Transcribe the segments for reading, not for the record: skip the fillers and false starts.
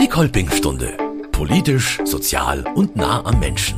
Die Kolpingstunde. Politisch, sozial und nah am Menschen.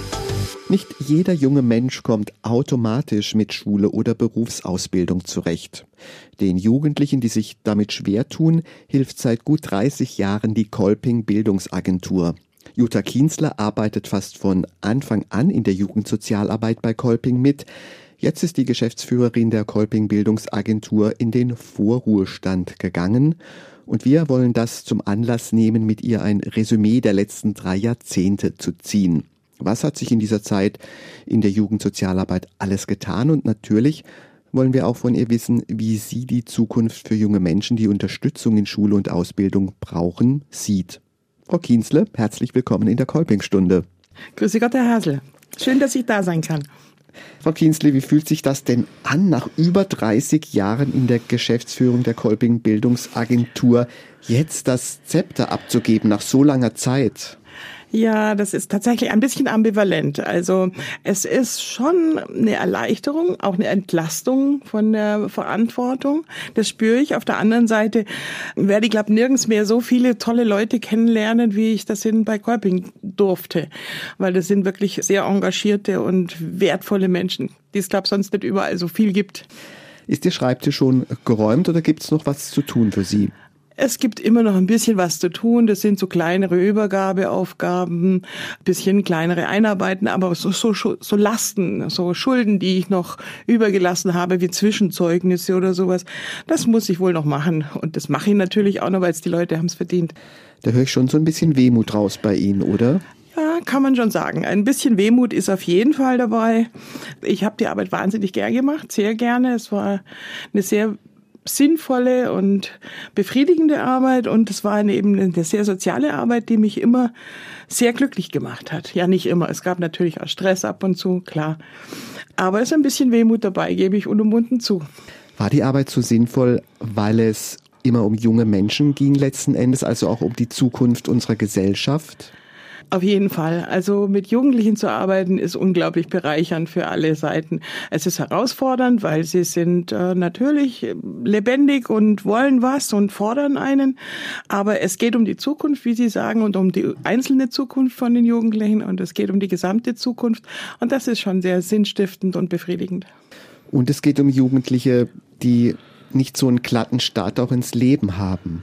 Nicht jeder junge Mensch kommt automatisch mit Schule oder Berufsausbildung zurecht. Den Jugendlichen, die sich damit schwer tun, hilft seit gut 30 Jahren die Kolping Bildungsagentur. Jutta Kienzler arbeitet fast von Anfang an in der Jugendsozialarbeit bei Kolping mit. Jetzt ist die Geschäftsführerin der Kolping Bildungsagentur in den Vorruhestand gegangen. Und wir wollen das zum Anlass nehmen, mit ihr ein Resümee der letzten 3 Jahrzehnte zu ziehen. Was hat sich in dieser Zeit in der Jugendsozialarbeit alles getan? Und natürlich wollen wir auch von ihr wissen, wie sie die Zukunft für junge Menschen, die Unterstützung in Schule und Ausbildung brauchen, sieht. Frau Kienzle, herzlich willkommen in der Kolpingstunde. Grüße Gott, Herr Hasel. Schön, dass ich da sein kann. Frau Kienzle, wie fühlt sich das denn an, nach über 30 Jahren in der Geschäftsführung der Kolping Bildungsagentur jetzt das Zepter abzugeben nach so langer Zeit? Ja, das ist tatsächlich ein bisschen ambivalent. Also es ist schon eine Erleichterung, auch eine Entlastung von der Verantwortung. Das spüre ich. Auf der anderen Seite werde ich, glaube nirgends mehr so viele tolle Leute kennenlernen, wie ich das bei Kolping durfte. Weil das sind wirklich sehr engagierte und wertvolle Menschen, die es, glaube sonst nicht überall so viel gibt. Ist Ihr Schreibtisch schon geräumt oder gibt es noch was zu tun für Sie? Es gibt immer noch ein bisschen was zu tun. Das sind so kleinere Übergabeaufgaben, bisschen kleinere Einarbeiten, aber so Lasten, so Schulden, die ich noch übergelassen habe, wie Zwischenzeugnisse oder sowas. Das muss ich wohl noch machen. Und das mache ich natürlich auch noch, weil die Leute haben es verdient. Da höre ich schon so ein bisschen Wehmut raus bei Ihnen, oder? Ja, kann man schon sagen. Ein bisschen Wehmut ist auf jeden Fall dabei. Ich habe die Arbeit wahnsinnig gern gemacht, sehr gerne. Es war eine sehr sinnvolle und befriedigende Arbeit und es war eben eine sehr soziale Arbeit, die mich immer sehr glücklich gemacht hat. Ja, nicht immer. Es gab natürlich auch Stress ab und zu, klar. Aber es ist ein bisschen Wehmut dabei, gebe ich unumwunden zu. War die Arbeit so sinnvoll, weil es immer um junge Menschen ging letzten Endes, also auch um die Zukunft unserer Gesellschaft? Auf jeden Fall. Also mit Jugendlichen zu arbeiten ist unglaublich bereichernd für alle Seiten. Es ist herausfordernd, weil sie sind natürlich lebendig und wollen was und fordern einen. Aber es geht um die Zukunft, wie Sie sagen, und um die einzelne Zukunft von den Jugendlichen. Und es geht um die gesamte Zukunft. Und das ist schon sehr sinnstiftend und befriedigend. Und es geht um Jugendliche, die nicht so einen glatten Start auch ins Leben haben.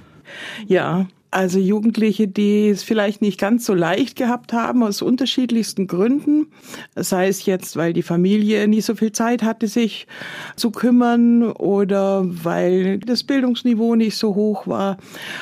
Ja. Also Jugendliche, die es vielleicht nicht ganz so leicht gehabt haben, aus unterschiedlichsten Gründen. Sei es jetzt, weil die Familie nicht so viel Zeit hatte, sich zu kümmern oder weil das Bildungsniveau nicht so hoch war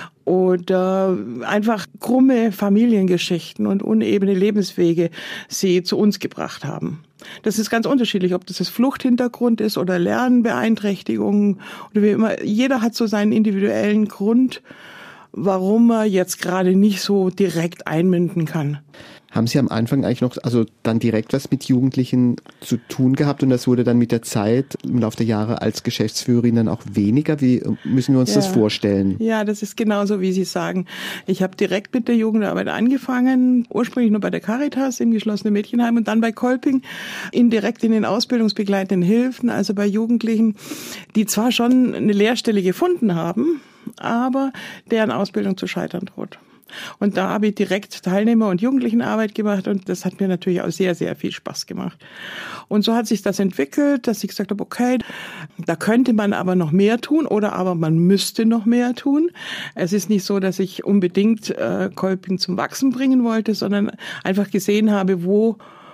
oder einfach krumme Familiengeschichten und unebene Lebenswege sie zu uns gebracht haben. Das ist ganz unterschiedlich, ob das Fluchthintergrund ist oder Lernbeeinträchtigungen oder wie immer. Jeder hat so seinen individuellen Grund, warum er jetzt gerade nicht so direkt einmünden kann. Haben Sie am Anfang eigentlich noch, also dann direkt was mit Jugendlichen zu tun gehabt und das wurde dann mit der Zeit im Laufe der Jahre als Geschäftsführerin dann auch weniger? Wie müssen wir uns das vorstellen? Ja, das ist genauso, wie Sie sagen. Ich habe direkt mit der Jugendarbeit angefangen, ursprünglich nur bei der Caritas im geschlossenen Mädchenheim und dann bei Kolping, direkt in den ausbildungsbegleitenden Hilfen, also bei Jugendlichen, die zwar schon eine Lehrstelle gefunden haben, aber deren Ausbildung zu scheitern droht. Und da habe ich direkt Teilnehmer- und Jugendlichenarbeit gemacht und das hat mir natürlich auch sehr, sehr viel Spaß gemacht. Und so hat sich das entwickelt, dass ich gesagt habe, okay, da könnte man aber noch mehr tun oder aber man müsste noch mehr tun. Es ist nicht so, dass ich unbedingt Kolping zum Wachsen bringen wollte, sondern einfach gesehen habe, wo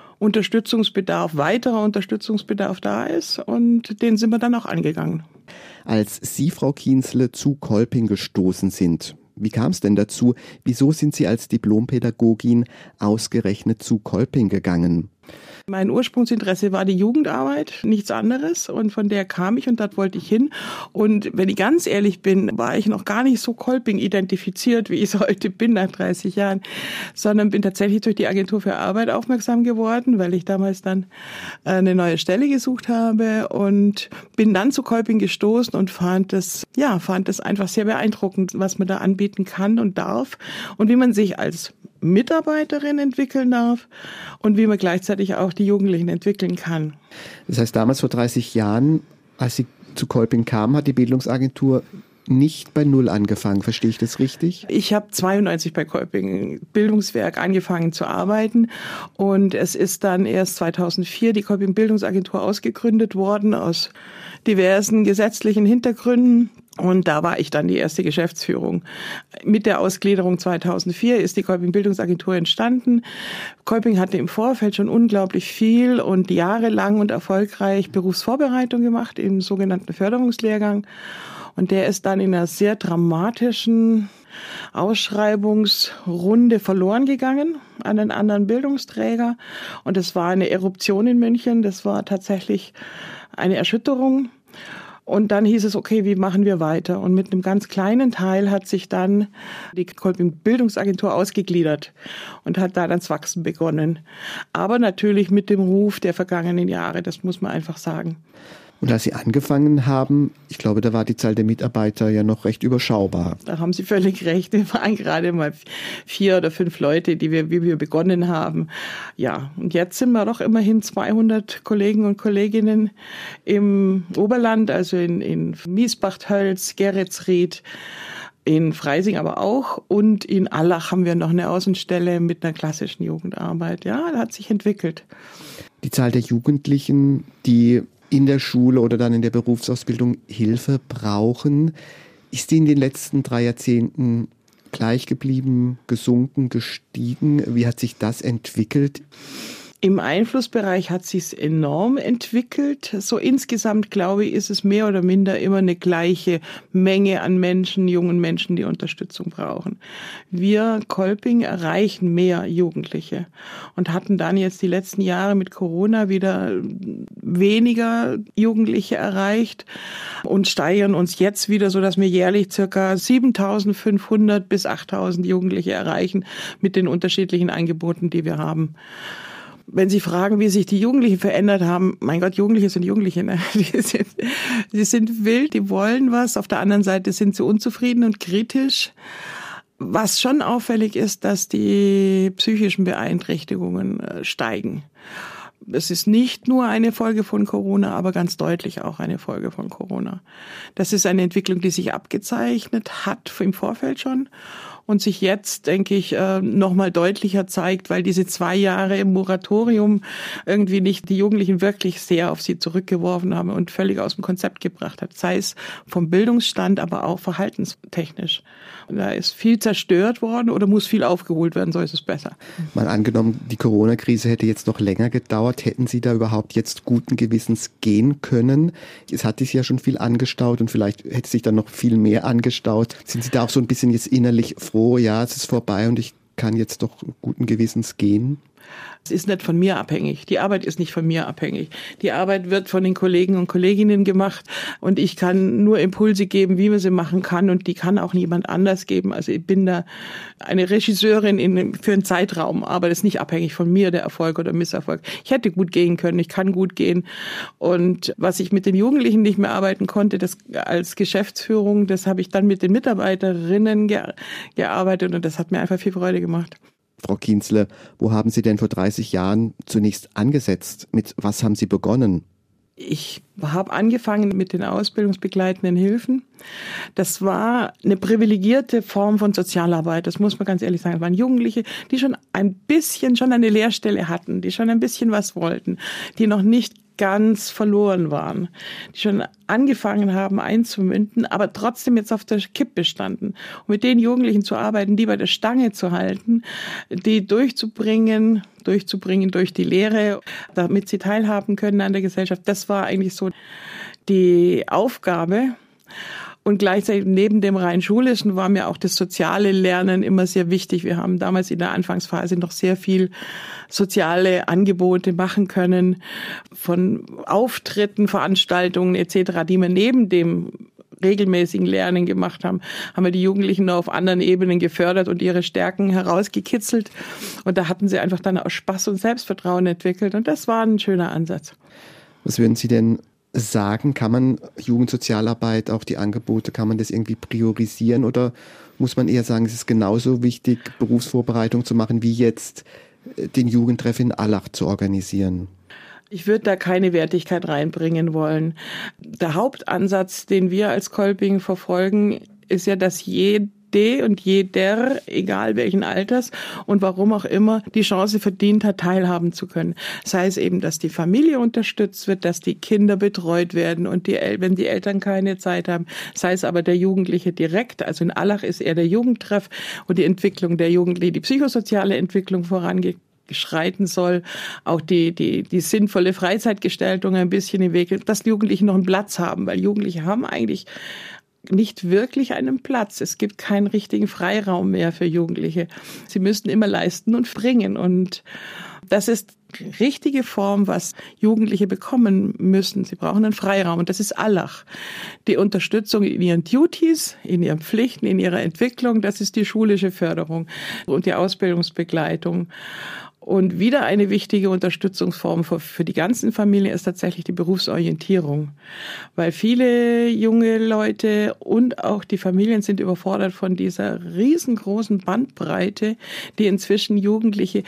weiterer Unterstützungsbedarf da ist und den sind wir dann auch angegangen. Als Sie, Frau Kienzle, zu Kolping gestoßen sind, wie kam es denn dazu? Wieso sind Sie als Diplompädagogin ausgerechnet zu Kolping gegangen? Mein Ursprungsinteresse war die Jugendarbeit, nichts anderes. Und von der kam ich und dort wollte ich hin. Und wenn ich ganz ehrlich bin, war ich noch gar nicht so Kolping identifiziert, wie ich es heute bin nach 30 Jahren, sondern bin tatsächlich durch die Agentur für Arbeit aufmerksam geworden, weil ich damals dann eine neue Stelle gesucht habe und bin dann zu Kolping gestoßen und fand das einfach sehr beeindruckend, was man da anbieten kann und darf und wie man sich als Mitarbeiterin entwickeln darf und wie man gleichzeitig auch die Jugendlichen entwickeln kann. Das heißt, damals vor 30 Jahren, als Sie zu Kolping kamen, hat die Bildungsagentur nicht bei Null angefangen, verstehe ich das richtig? Ich habe 92 bei Kolping Bildungswerk angefangen zu arbeiten und es ist dann erst 2004 die Kolping Bildungsagentur ausgegründet worden aus diversen gesetzlichen Hintergründen. Und da war ich dann die erste Geschäftsführung. Mit der Ausgliederung 2004 ist die Kolping Bildungsagentur entstanden. Kolping hatte im Vorfeld schon unglaublich viel und jahrelang und erfolgreich Berufsvorbereitung gemacht im sogenannten Förderungslehrgang. Und der ist dann in einer sehr dramatischen Ausschreibungsrunde verloren gegangen an einen anderen Bildungsträger. Und es war eine Eruption in München. Das war tatsächlich eine Erschütterung. Und dann hieß es, okay, wie machen wir weiter? Und mit einem ganz kleinen Teil hat sich dann die Kolping Bildungsagentur ausgegliedert und hat da dann das Wachsen begonnen. Aber natürlich mit dem Ruf der vergangenen Jahre, das muss man einfach sagen. Und als Sie angefangen haben, ich glaube, da war die Zahl der Mitarbeiter ja noch recht überschaubar. Da haben Sie völlig recht. Wir waren gerade mal 4 oder 5 Leute, wie wir begonnen haben. Ja, und jetzt sind wir doch immerhin 200 Kollegen und Kolleginnen im Oberland, also in Miesbach-Tölz, Geretsried, in Freising aber auch. Und in Allach haben wir noch eine Außenstelle mit einer klassischen Jugendarbeit. Ja, das hat sich entwickelt. Die Zahl der Jugendlichen, die in der Schule oder dann in der Berufsausbildung Hilfe brauchen, ist die in den letzten 3 Jahrzehnten gleich geblieben, gesunken, gestiegen? Wie hat sich das entwickelt? Im Einflussbereich hat sich's enorm entwickelt. So insgesamt, glaube ich, ist es mehr oder minder immer eine gleiche Menge an Menschen, jungen Menschen, die Unterstützung brauchen. Wir, Kolping, erreichen mehr Jugendliche und hatten dann jetzt die letzten Jahre mit Corona wieder weniger Jugendliche erreicht und steigern uns jetzt wieder, so dass wir jährlich circa 7.500 bis 8.000 Jugendliche erreichen mit den unterschiedlichen Angeboten, die wir haben. Wenn Sie fragen, wie sich die Jugendlichen verändert haben, mein Gott, Jugendliche sind Jugendliche, ne? Die sind wild, die wollen was. Auf der anderen Seite sind sie unzufrieden und kritisch. Was schon auffällig ist, dass die psychischen Beeinträchtigungen steigen. Es ist nicht nur eine Folge von Corona, aber ganz deutlich auch eine Folge von Corona. Das ist eine Entwicklung, die sich abgezeichnet hat im Vorfeld schon und sich jetzt, denke ich, noch mal deutlicher zeigt, weil diese 2 Jahre im Moratorium irgendwie nicht die Jugendlichen wirklich sehr auf sie zurückgeworfen haben und völlig aus dem Konzept gebracht hat. Sei es vom Bildungsstand, aber auch verhaltenstechnisch. Und da ist viel zerstört worden oder muss viel aufgeholt werden, so ist es besser. Mal angenommen, die Corona-Krise hätte jetzt noch länger gedauert, hätten Sie da überhaupt jetzt guten Gewissens gehen können? Es hat sich ja schon viel angestaut und vielleicht hätte sich dann noch viel mehr angestaut. Sind Sie da auch so ein bisschen jetzt innerlich froh, ja, es ist vorbei und ich kann jetzt doch guten Gewissens gehen? Es ist nicht von mir abhängig. Die Arbeit ist nicht von mir abhängig. Die Arbeit wird von den Kollegen und Kolleginnen gemacht und ich kann nur Impulse geben, wie man sie machen kann und die kann auch niemand anders geben. Also ich bin da eine Regisseurin für einen Zeitraum, aber das ist nicht abhängig von mir, der Erfolg oder Misserfolg. Ich hätte gut gehen können, ich kann gut gehen und was ich mit den Jugendlichen nicht mehr arbeiten konnte, das als Geschäftsführung, das habe ich dann mit den Mitarbeiterinnen gearbeitet und das hat mir einfach viel Freude gemacht. Frau Kienzle, wo haben Sie denn vor 30 Jahren zunächst angesetzt? Mit was haben Sie begonnen? Ich habe angefangen mit den ausbildungsbegleitenden Hilfen. Das war eine privilegierte Form von Sozialarbeit, das muss man ganz ehrlich sagen. Es waren Jugendliche, die schon eine Lehrstelle hatten, die schon ein bisschen was wollten, die noch nicht ganz verloren waren, die schon angefangen haben einzumünden, aber trotzdem jetzt auf der Kippe standen. Und mit den Jugendlichen zu arbeiten, die bei der Stange zu halten, die durchzubringen durch die Lehre, damit sie teilhaben können an der Gesellschaft, das war eigentlich so die Aufgabe. Und gleichzeitig neben dem rein schulischen war mir auch das soziale Lernen immer sehr wichtig. Wir haben damals in der Anfangsphase noch sehr viel soziale Angebote machen können, von Auftritten, Veranstaltungen etc., die wir neben dem regelmäßigen Lernen gemacht haben, haben wir die Jugendlichen noch auf anderen Ebenen gefördert und ihre Stärken herausgekitzelt. Und da hatten sie einfach dann auch Spaß und Selbstvertrauen entwickelt. Und das war ein schöner Ansatz. Was würden Sie denn sagen, kann man Jugendsozialarbeit, auch die Angebote, kann man das irgendwie priorisieren oder muss man eher sagen, es ist genauso wichtig, Berufsvorbereitung zu machen, wie jetzt den Jugendtreff in Allach zu organisieren? Ich würde da keine Wertigkeit reinbringen wollen. Der Hauptansatz, den wir als Kolping verfolgen, ist ja, dass jede und jeder, egal welchen Alters und warum auch immer, die Chance verdient hat, teilhaben zu können. Sei es eben, dass die Familie unterstützt wird, dass die Kinder betreut werden und wenn die Eltern keine Zeit haben, sei es aber der Jugendliche direkt. Also in Allach ist eher der Jugendtreff, wo die Entwicklung der Jugendlichen, die psychosoziale Entwicklung vorangeht, schreiten soll, auch die sinnvolle Freizeitgestaltung ein bisschen im Weg, dass die Jugendlichen noch einen Platz haben, weil Jugendliche haben eigentlich nicht wirklich einen Platz. Es gibt keinen richtigen Freiraum mehr für Jugendliche. Sie müssten immer leisten und bringen. Und das ist die richtige Form, was Jugendliche bekommen müssen. Sie brauchen einen Freiraum. Und das ist Allach. Die Unterstützung in ihren Duties, in ihren Pflichten, in ihrer Entwicklung, das ist die schulische Förderung und die Ausbildungsbegleitung. Und wieder eine wichtige Unterstützungsform für die ganzen Familien ist tatsächlich die Berufsorientierung. Weil viele junge Leute und auch die Familien sind überfordert von dieser riesengroßen Bandbreite, die inzwischen Jugendliche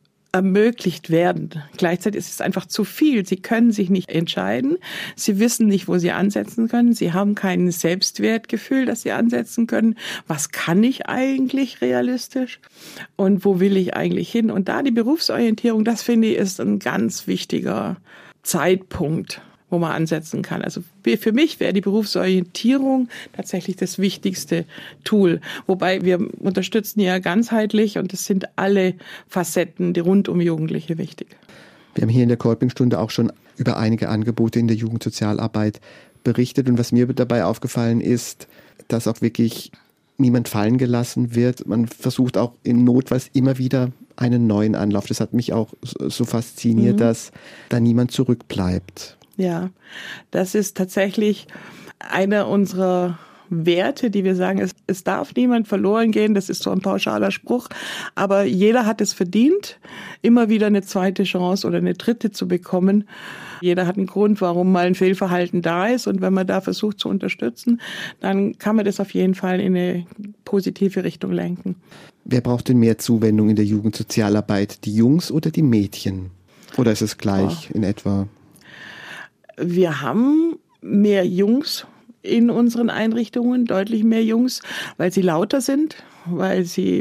ermöglicht werden. Gleichzeitig ist es einfach zu viel. Sie können sich nicht entscheiden. Sie wissen nicht, wo sie ansetzen können. Sie haben kein Selbstwertgefühl, das sie ansetzen können. Was kann ich eigentlich realistisch? Und wo will ich eigentlich hin? Und da die Berufsorientierung, das finde ich, ist ein ganz wichtiger Zeitpunkt, wo man ansetzen kann. Also für mich wäre die Berufsorientierung tatsächlich das wichtigste Tool. Wobei wir unterstützen ja ganzheitlich und es sind alle Facetten, die rund um Jugendliche wichtig. Wir haben hier in der Kolpingstunde auch schon über einige Angebote in der Jugendsozialarbeit berichtet. Und was mir dabei aufgefallen ist, dass auch wirklich niemand fallen gelassen wird. Man versucht auch in Notfalls immer wieder einen neuen Anlauf. Das hat mich auch so fasziniert, dass da niemand zurückbleibt. Ja, das ist tatsächlich einer unserer Werte, die wir sagen, es darf niemand verloren gehen, das ist so ein pauschaler Spruch, aber jeder hat es verdient, immer wieder eine zweite Chance oder eine dritte zu bekommen. Jeder hat einen Grund, warum mal ein Fehlverhalten da ist und wenn man da versucht zu unterstützen, dann kann man das auf jeden Fall in eine positive Richtung lenken. Wer braucht denn mehr Zuwendung in der Jugendsozialarbeit, die Jungs oder die Mädchen? Oder ist es gleich in etwa? Wir haben mehr Jungs in unseren Einrichtungen, deutlich mehr Jungs, weil sie lauter sind, weil sie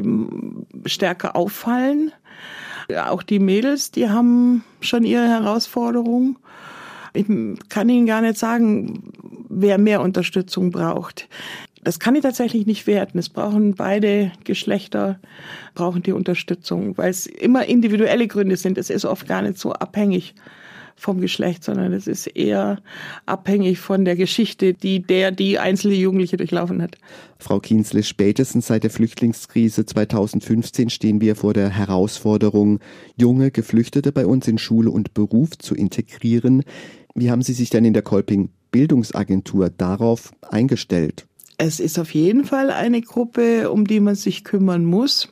stärker auffallen. Auch die Mädels, die haben schon ihre Herausforderungen. Ich kann Ihnen gar nicht sagen, wer mehr Unterstützung braucht. Das kann ich tatsächlich nicht werten. Es brauchen beide Geschlechter, brauchen die Unterstützung, weil es immer individuelle Gründe sind. Es ist oft gar nicht so abhängig vom Geschlecht, sondern es ist eher abhängig von der Geschichte, die einzelne Jugendliche durchlaufen hat. Frau Kienzle, spätestens seit der Flüchtlingskrise 2015 stehen wir vor der Herausforderung, junge Geflüchtete bei uns in Schule und Beruf zu integrieren. Wie haben Sie sich denn in der Kolping Bildungsagentur darauf eingestellt? Es ist auf jeden Fall eine Gruppe, um die man sich kümmern muss.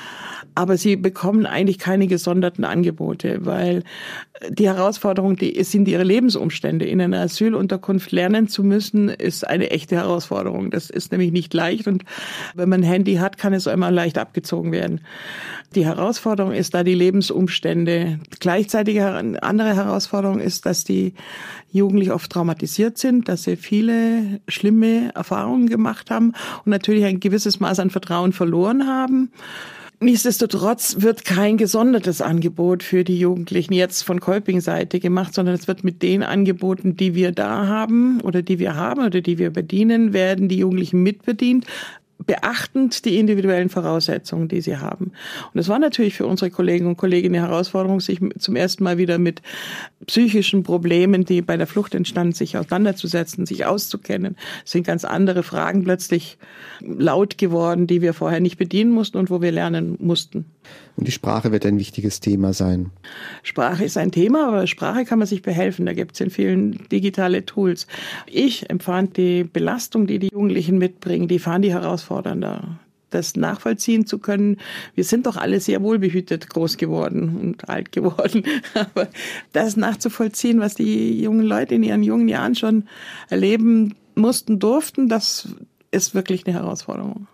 Aber sie bekommen eigentlich keine gesonderten Angebote, weil die Herausforderung, sind ihre Lebensumstände. In einer Asylunterkunft lernen zu müssen, ist eine echte Herausforderung. Das ist nämlich nicht leicht und wenn man ein Handy hat, kann es einmal leicht abgezogen werden. Die Herausforderung ist da die Lebensumstände. Gleichzeitig eine andere Herausforderung ist, dass die Jugendlichen oft traumatisiert sind, dass sie viele schlimme Erfahrungen gemacht haben und natürlich ein gewisses Maß an Vertrauen verloren haben. Nichtsdestotrotz wird kein gesondertes Angebot für die Jugendlichen jetzt von Kolping-Seite gemacht, sondern es wird mit den Angeboten, die wir da haben oder die wir bedienen, werden die Jugendlichen mitbedient, beachtend die individuellen Voraussetzungen, die sie haben. Und es war natürlich für unsere Kolleginnen und Kollegen eine Herausforderung, sich zum ersten Mal wieder mit psychischen Problemen, die bei der Flucht entstanden, sich auseinanderzusetzen, sich auszukennen. Es sind ganz andere Fragen plötzlich laut geworden, die wir vorher nicht bedienen mussten und wo wir lernen mussten. Und die Sprache wird ein wichtiges Thema sein. Sprache ist ein Thema, aber Sprache kann man sich behelfen. Da gibt es in vielen digitale Tools. Ich empfand die Belastung, die die Jugendlichen mitbringen, die fand ich herausfordernder. Das nachvollziehen zu können. Wir sind doch alle sehr wohlbehütet groß geworden und alt geworden. Aber das nachzuvollziehen, was die jungen Leute in ihren jungen Jahren schon erleben mussten, durften, das ist wirklich eine Herausforderung.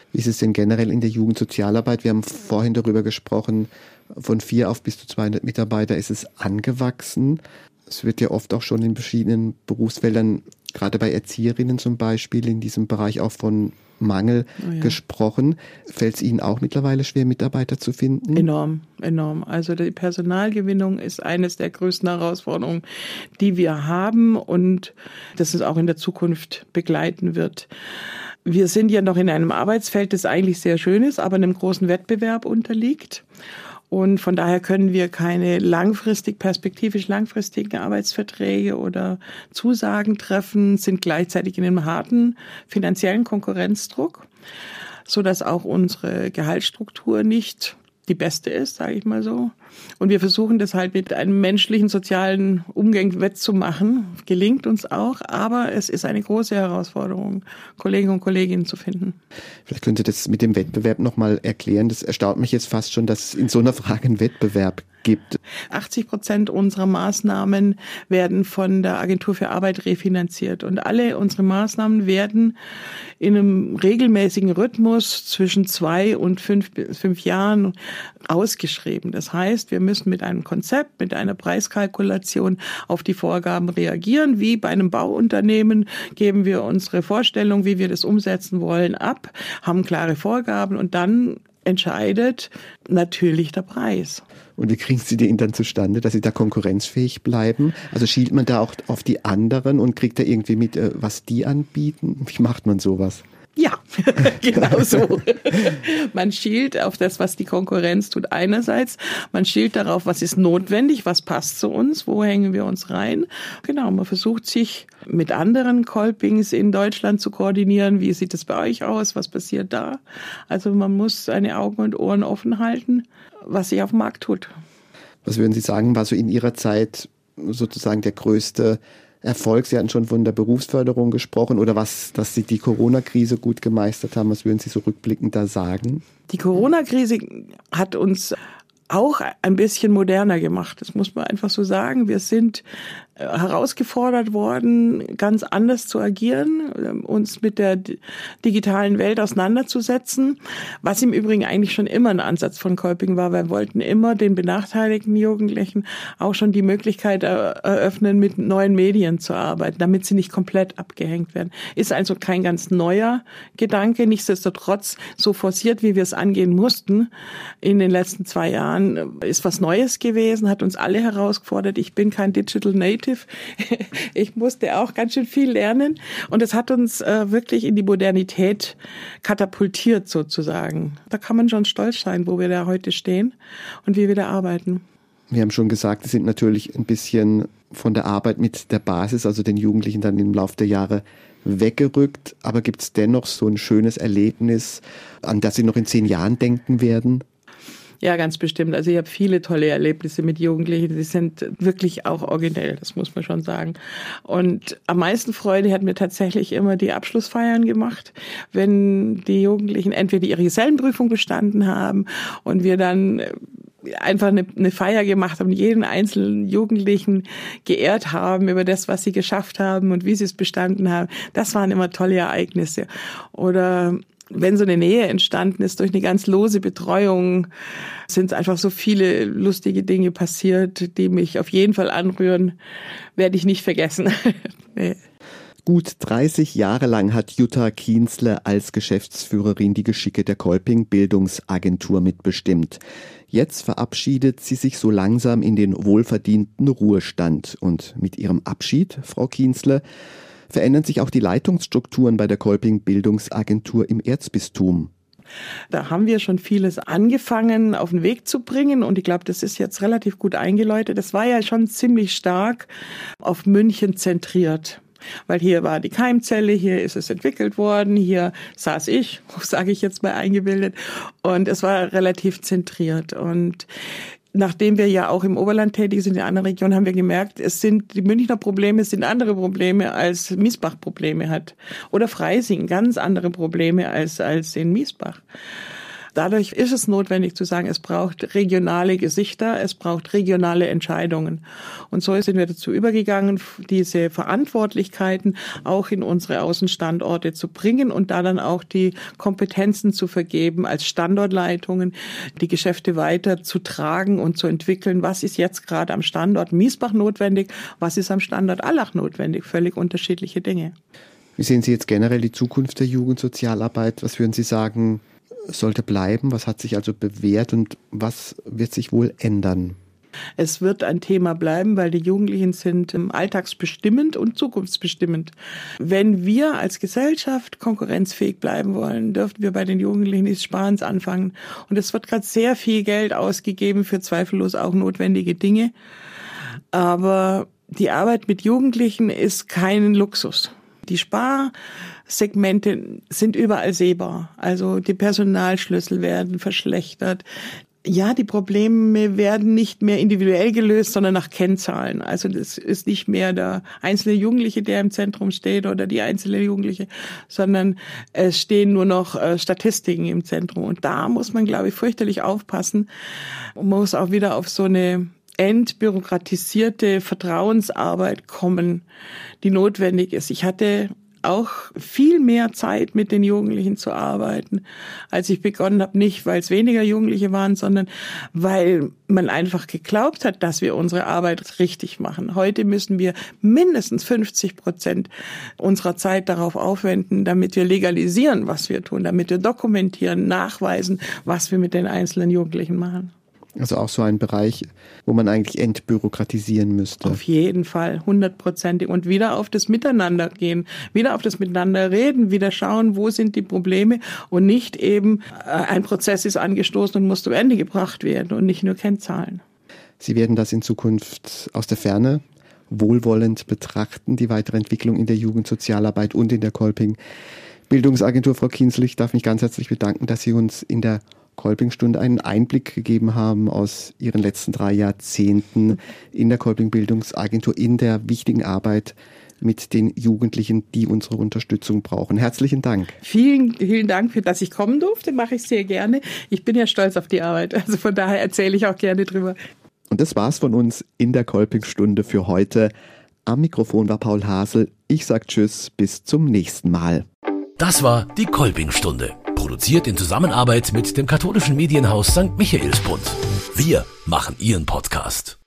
Wie ist es denn generell in der Jugendsozialarbeit? Wir haben vorhin darüber gesprochen, von 4 auf bis zu 200 Mitarbeiter ist es angewachsen. Es wird ja oft auch schon in verschiedenen Berufsfeldern, gerade bei Erzieherinnen zum Beispiel, in diesem Bereich auch von Mangel gesprochen. Fällt es Ihnen auch mittlerweile schwer, Mitarbeiter zu finden? Enorm, enorm. Also die Personalgewinnung ist eines der größten Herausforderungen, die wir haben und das uns auch in der Zukunft begleiten wird. Wir sind ja noch in einem Arbeitsfeld, das eigentlich sehr schön ist, aber einem großen Wettbewerb unterliegt. Und von daher können wir keine perspektivisch langfristigen Arbeitsverträge oder Zusagen treffen, sind gleichzeitig in einem harten finanziellen Konkurrenzdruck, sodass auch unsere Gehaltsstruktur nicht die beste ist, sage ich mal so. Und wir versuchen das halt mit einem menschlichen, sozialen Umgang wettzumachen. Gelingt uns auch, aber es ist eine große Herausforderung, Kollegen und Kolleginnen zu finden. Vielleicht könnt ihr das mit dem Wettbewerb nochmal erklären. Das erstaunt mich jetzt fast schon, dass es in so einer Frage einen Wettbewerb gibt. 80% unserer Maßnahmen werden von der Agentur für Arbeit refinanziert. Und alle unsere Maßnahmen werden in einem regelmäßigen Rhythmus zwischen 2 und 5 Jahren ausgeschrieben. Das heißt, wir müssen mit einem Konzept, mit einer Preiskalkulation auf die Vorgaben reagieren. Wie bei einem Bauunternehmen geben wir unsere Vorstellung, wie wir das umsetzen wollen, ab, haben klare Vorgaben und dann entscheidet natürlich der Preis. Und wie kriegen Sie den dann zustande, dass Sie da konkurrenzfähig bleiben? Also schielt man da auch auf die anderen und kriegt da irgendwie mit, was die anbieten? Wie macht man sowas? Ja, genau so. Man schielt auf das, was die Konkurrenz tut einerseits. Man schielt darauf, was ist notwendig, was passt zu uns, wo hängen wir uns rein. Genau, man versucht sich mit anderen Kolpings in Deutschland zu koordinieren. Wie sieht es bei euch aus? Was passiert da? Also man muss seine Augen und Ohren offen halten, was sich auf dem Markt tut. Was würden Sie sagen, war so in Ihrer Zeit sozusagen der größte Erfolg? Sie hatten schon von der Berufsförderung gesprochen oder dass Sie die Corona-Krise gut gemeistert haben. Was würden Sie so rückblickend da sagen? Die Corona-Krise hat uns auch ein bisschen moderner gemacht. Das muss man einfach so sagen. Wir sind herausgefordert worden, ganz anders zu agieren, uns mit der digitalen Welt auseinanderzusetzen, was im Übrigen eigentlich schon immer ein Ansatz von Kolping war. Wir wollten immer den benachteiligten Jugendlichen auch schon die Möglichkeit eröffnen, mit neuen Medien zu arbeiten, damit sie nicht komplett abgehängt werden. Ist also kein ganz neuer Gedanke, nichtsdestotrotz so forciert, wie wir es angehen mussten in den letzten 2 Jahren, ist was Neues gewesen, hat uns alle herausgefordert. Ich bin kein Digital Native. Ich musste auch ganz schön viel lernen und es hat uns wirklich in die Modernität katapultiert sozusagen. Da kann man schon stolz sein, wo wir da heute stehen und wie wir da arbeiten. Wir haben schon gesagt, Sie sind natürlich ein bisschen von der Arbeit mit der Basis, also den Jugendlichen dann im Laufe der Jahre weggerückt. Aber gibt es dennoch so ein schönes Erlebnis, an das Sie noch in 10 Jahren denken werden? Ja, ganz bestimmt. Also ich habe viele tolle Erlebnisse mit Jugendlichen. Die sind wirklich auch originell, das muss man schon sagen. Und am meisten Freude hat mir tatsächlich immer die Abschlussfeiern gemacht, wenn die Jugendlichen entweder ihre Gesellenprüfung bestanden haben und wir dann einfach eine Feier gemacht haben, jeden einzelnen Jugendlichen geehrt haben über das, was sie geschafft haben und wie sie es bestanden haben. Das waren immer tolle Ereignisse. Oder wenn so eine Nähe entstanden ist durch eine ganz lose Betreuung, sind einfach so viele lustige Dinge passiert, die mich auf jeden Fall anrühren, werde ich nicht vergessen. Nee. Gut 30 Jahre lang hat Jutta Kienzle als Geschäftsführerin die Geschicke der Kolping Bildungsagentur mitbestimmt. Jetzt verabschiedet sie sich so langsam in den wohlverdienten Ruhestand. Und mit ihrem Abschied, Frau Kienzle, verändern sich auch die Leitungsstrukturen bei der Kolping Bildungsagentur im Erzbistum. Da haben wir schon vieles angefangen auf den Weg zu bringen und ich glaube, das ist jetzt relativ gut eingeläutet. Das war ja schon ziemlich stark auf München zentriert. Weil hier war die Keimzelle, hier ist es entwickelt worden, hier saß ich, sage ich jetzt mal eingebildet, und es war relativ zentriert. Und nachdem wir ja auch im Oberland tätig sind, in der anderen Region, haben wir gemerkt, die Münchner Probleme sind andere Probleme, als Miesbach Probleme hat. Oder Freising, ganz andere Probleme als in Miesbach. Dadurch ist es notwendig zu sagen, es braucht regionale Gesichter, es braucht regionale Entscheidungen. Und so sind wir dazu übergegangen, diese Verantwortlichkeiten auch in unsere Außenstandorte zu bringen und da dann auch die Kompetenzen zu vergeben, als Standortleitungen die Geschäfte weiter zu tragen und zu entwickeln. Was ist jetzt gerade am Standort Miesbach notwendig? Was ist am Standort Allach notwendig? Völlig unterschiedliche Dinge. Wie sehen Sie jetzt generell die Zukunft der Jugendsozialarbeit? Was würden Sie sagen, sollte bleiben? Was hat sich also bewährt und was wird sich wohl ändern? Es wird ein Thema bleiben, weil die Jugendlichen sind alltagsbestimmend und zukunftsbestimmend. Wenn wir als Gesellschaft konkurrenzfähig bleiben wollen, dürften wir bei den Jugendlichen des Sparens anfangen. Und es wird gerade sehr viel Geld ausgegeben für zweifellos auch notwendige Dinge. Aber die Arbeit mit Jugendlichen ist kein Luxus. Die Sparsegmente sind überall sehbar. Also die Personalschlüssel werden verschlechtert. Ja, die Probleme werden nicht mehr individuell gelöst, sondern nach Kennzahlen. Also das ist nicht mehr der einzelne Jugendliche, der im Zentrum steht oder die einzelne Jugendliche, sondern es stehen nur noch Statistiken im Zentrum. Und da muss man, glaube ich, fürchterlich aufpassen. Man muss auch wieder auf so eine entbürokratisierte Vertrauensarbeit kommen, die notwendig ist. Ich hatte auch viel mehr Zeit, mit den Jugendlichen zu arbeiten, als ich begonnen habe. Nicht, weil es weniger Jugendliche waren, sondern weil man einfach geglaubt hat, dass wir unsere Arbeit richtig machen. Heute müssen wir mindestens 50% unserer Zeit darauf aufwenden, damit wir legalisieren, was wir tun, damit wir dokumentieren, nachweisen, was wir mit den einzelnen Jugendlichen machen. Also auch so ein Bereich, wo man eigentlich entbürokratisieren müsste. Auf jeden Fall, 100%. Und wieder auf das Miteinander gehen, wieder auf das Miteinander reden, wieder schauen, wo sind die Probleme und nicht eben ein Prozess ist angestoßen und muss zu Ende gebracht werden und nicht nur Kennzahlen. Sie werden das in Zukunft aus der Ferne wohlwollend betrachten, die weitere Entwicklung in der Jugendsozialarbeit und in der Kolping Bildungsagentur. Frau Kienzle, ich darf mich ganz herzlich bedanken, dass Sie uns in der Kolpingstunde einen Einblick gegeben haben aus Ihren letzten 3 Jahrzehnten in der Kolping Bildungsagentur, in der wichtigen Arbeit mit den Jugendlichen, die unsere Unterstützung brauchen. Herzlichen Dank. Vielen, vielen Dank, für dass ich kommen durfte. Mache ich sehr gerne. Ich bin ja stolz auf die Arbeit. Also von daher erzähle ich auch gerne drüber. Und das war's von uns in der Kolpingstunde für heute. Am Mikrofon war Paul Hasel. Ich sage Tschüss, bis zum nächsten Mal. Das war die Kolpingstunde. Produziert in Zusammenarbeit mit dem katholischen Medienhaus St. Michaelsbund. Wir machen Ihren Podcast.